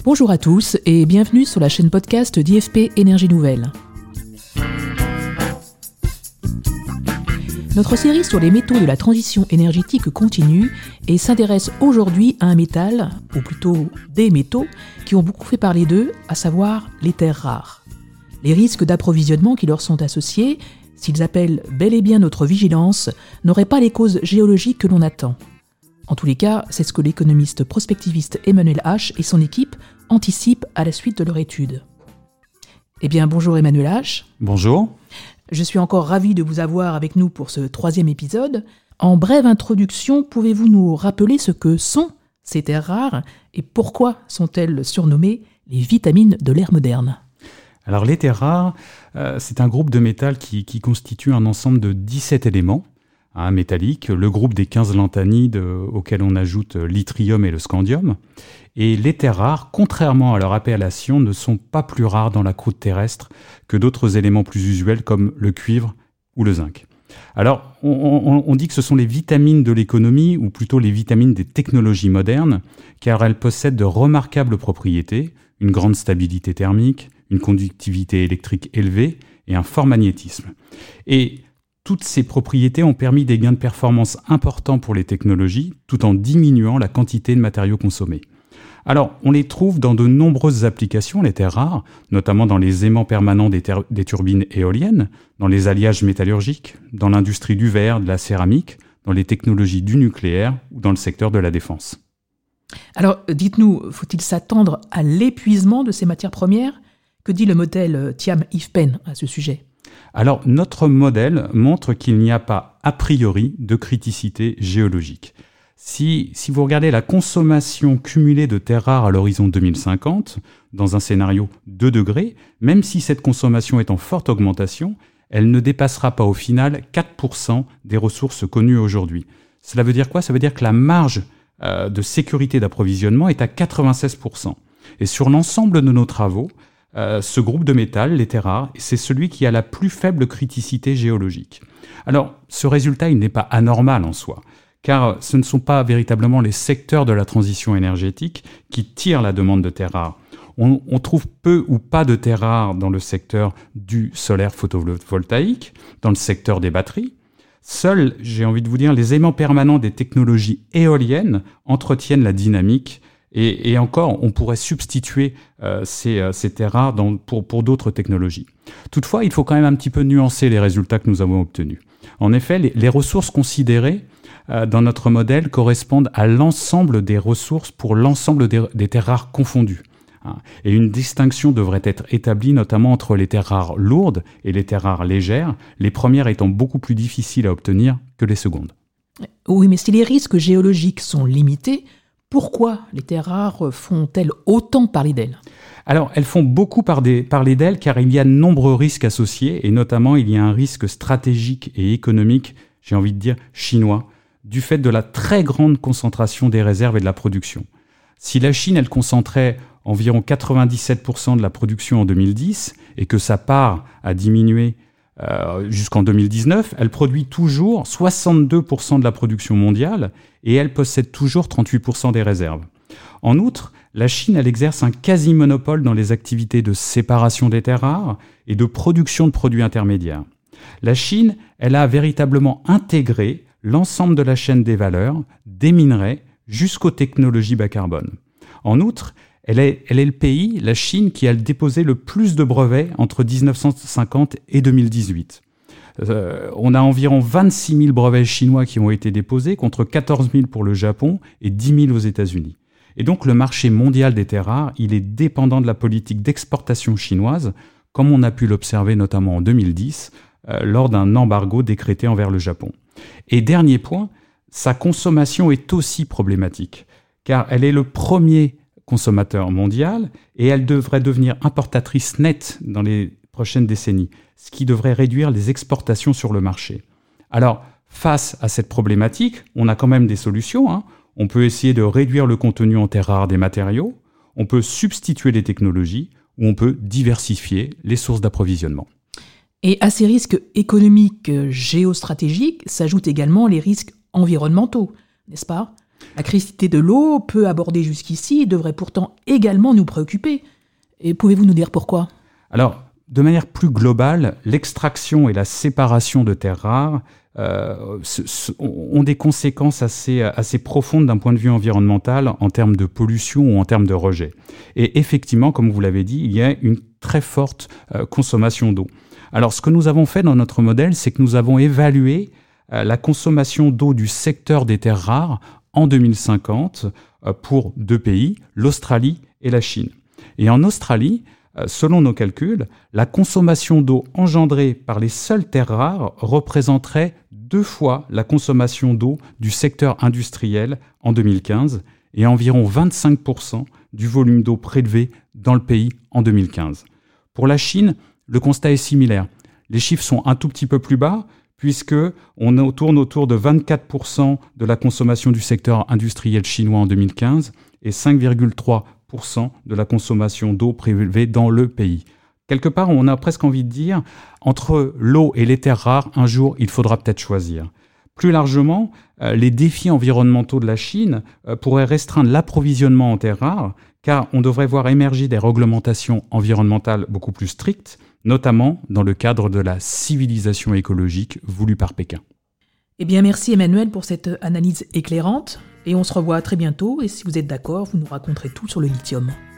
Bonjour à tous et bienvenue sur la chaîne podcast d'IFP Énergie Nouvelle. Notre série sur les métaux de la transition énergétique continue et s'intéresse aujourd'hui à un métal, ou plutôt des métaux, qui ont beaucoup fait parler d'eux, à savoir les terres rares. Les risques d'approvisionnement qui leur sont associés, s'ils appellent bel et bien notre vigilance, n'auraient pas les causes géologiques que l'on attend. En tous les cas, c'est ce que l'économiste prospectiviste Emmanuel H et son équipe anticipent à la suite de leur étude. Eh bien, bonjour Emmanuel H. Bonjour. Je suis encore ravi de vous avoir avec nous pour ce 3e épisode. En brève introduction, pouvez-vous nous rappeler ce que sont ces terres rares et pourquoi sont-elles surnommées les vitamines de l'ère moderne ? Alors les terres rares, c'est un groupe de métal qui constitue un ensemble de 17 éléments métalliques, le groupe des 15 lanthanides auxquels on ajoute l'yttrium et le scandium. Et les terres rares, contrairement à leur appellation, ne sont pas plus rares dans la croûte terrestre que d'autres éléments plus usuels comme le cuivre ou le zinc. Alors, on dit que ce sont les vitamines de l'économie, ou plutôt les vitamines des technologies modernes, car elles possèdent de remarquables propriétés, une grande stabilité thermique, une conductivité électrique élevée et un fort magnétisme. Et toutes ces propriétés ont permis des gains de performance importants pour les technologies, tout en diminuant la quantité de matériaux consommés. Alors, on les trouve dans de nombreuses applications, les terres rares, notamment dans les aimants permanents des turbines éoliennes, dans les alliages métallurgiques, dans l'industrie du verre, de la céramique, dans les technologies du nucléaire ou dans le secteur de la défense. Alors, dites-nous, faut-il s'attendre à l'épuisement de ces matières premières ? Que dit le modèle Thiam-Ifpen à ce sujet ? Alors, notre modèle montre qu'il n'y a pas, a priori, de criticité géologique. Si vous regardez la consommation cumulée de terres rares à l'horizon 2050, dans un scénario 2 degrés, même si cette consommation est en forte augmentation, elle ne dépassera pas au final 4% des ressources connues aujourd'hui. Cela veut dire quoi ? Ça veut dire que la marge de sécurité d'approvisionnement est à 96%. Et sur l'ensemble de nos travaux, ce groupe de métal, les terres rares, c'est celui qui a la plus faible criticité géologique. Alors, ce résultat, il n'est pas anormal en soi, car ce ne sont pas véritablement les secteurs de la transition énergétique qui tirent la demande de terres rares. On trouve peu ou pas de terres rares dans le secteur du solaire photovoltaïque, dans le secteur des batteries. Seuls, j'ai envie de vous dire, les aimants permanents des technologies éoliennes entretiennent la dynamique. Et encore, on pourrait substituer ces terres rares pour d'autres technologies. Toutefois, il faut quand même un petit peu nuancer les résultats que nous avons obtenus. En effet, les ressources considérées dans notre modèle correspondent à l'ensemble des ressources pour l'ensemble des terres rares confondues. Et une distinction devrait être établie notamment entre les terres rares lourdes et les terres rares légères, les premières étant beaucoup plus difficiles à obtenir que les secondes. Oui, mais si les risques géologiques sont limités, pourquoi les terres rares font-elles autant parler d'elles ? Alors, elles font beaucoup parler d'elles car il y a de nombreux risques associés et notamment il y a un risque stratégique et économique, j'ai envie de dire chinois, du fait de la très grande concentration des réserves et de la production. Si la Chine, elle concentrait environ 97% de la production en 2010 et que sa part a diminué jusqu'en 2019, elle produit toujours 62% de la production mondiale et elle possède toujours 38% des réserves. En outre, la Chine, elle exerce un quasi-monopole dans les activités de séparation des terres rares et de production de produits intermédiaires. La Chine, elle a véritablement intégré l'ensemble de la chaîne des valeurs, des minerais, jusqu'aux technologies bas carbone. En outre, elle est le pays, la Chine, qui a déposé le plus de brevets entre 1950 et 2018. On a environ 26 000 brevets chinois qui ont été déposés, contre 14 000 pour le Japon et 10 000 aux États-Unis. Et donc le marché mondial des terres rares, il est dépendant de la politique d'exportation chinoise, comme on a pu l'observer notamment en 2010, lors d'un embargo décrété envers le Japon. Et dernier point, sa consommation est aussi problématique, car elle est le premier consommateur mondial et elle devrait devenir importatrice nette dans les prochaines décennies, ce qui devrait réduire les exportations sur le marché. Alors, face à cette problématique, on a quand même des solutions. On peut essayer de réduire le contenu en terres rares des matériaux, on peut substituer les technologies ou on peut diversifier les sources d'approvisionnement. Et à ces risques économiques géostratégiques s'ajoutent également les risques environnementaux, n'est-ce pas ? La criticité de l'eau, peu abordée jusqu'ici, devrait pourtant également nous préoccuper. Et pouvez-vous nous dire pourquoi ? Alors, de manière plus globale, l'extraction et la séparation de terres rares ont des conséquences assez profondes d'un point de vue environnemental en termes de pollution ou en termes de rejet. Et effectivement, comme vous l'avez dit, il y a une très forte consommation d'eau. Alors, ce que nous avons fait dans notre modèle, c'est que nous avons évalué la consommation d'eau du secteur des terres rares en 2050 pour 2 pays, l'Australie et la Chine. Et en Australie, selon nos calculs, la consommation d'eau engendrée par les seules terres rares représenterait 2 fois la consommation d'eau du secteur industriel en 2015 et environ 25% du volume d'eau prélevé dans le pays en 2015. Pour la Chine, le constat est similaire. Les chiffres sont un tout petit peu plus bas, puisqu'on tourne autour de 24% de la consommation du secteur industriel chinois en 2015 et 5,3% de la consommation d'eau prélevée dans le pays. Quelque part, on a presque envie de dire, entre l'eau et les terres rares, un jour, il faudra peut-être choisir. Plus largement, les défis environnementaux de la Chine pourraient restreindre l'approvisionnement en terres rares, car on devrait voir émerger des réglementations environnementales beaucoup plus strictes, notamment dans le cadre de la civilisation écologique voulue par Pékin. Eh bien, merci Emmanuel pour cette analyse éclairante, et on se revoit très bientôt, et si vous êtes d'accord, vous nous raconterez tout sur le lithium.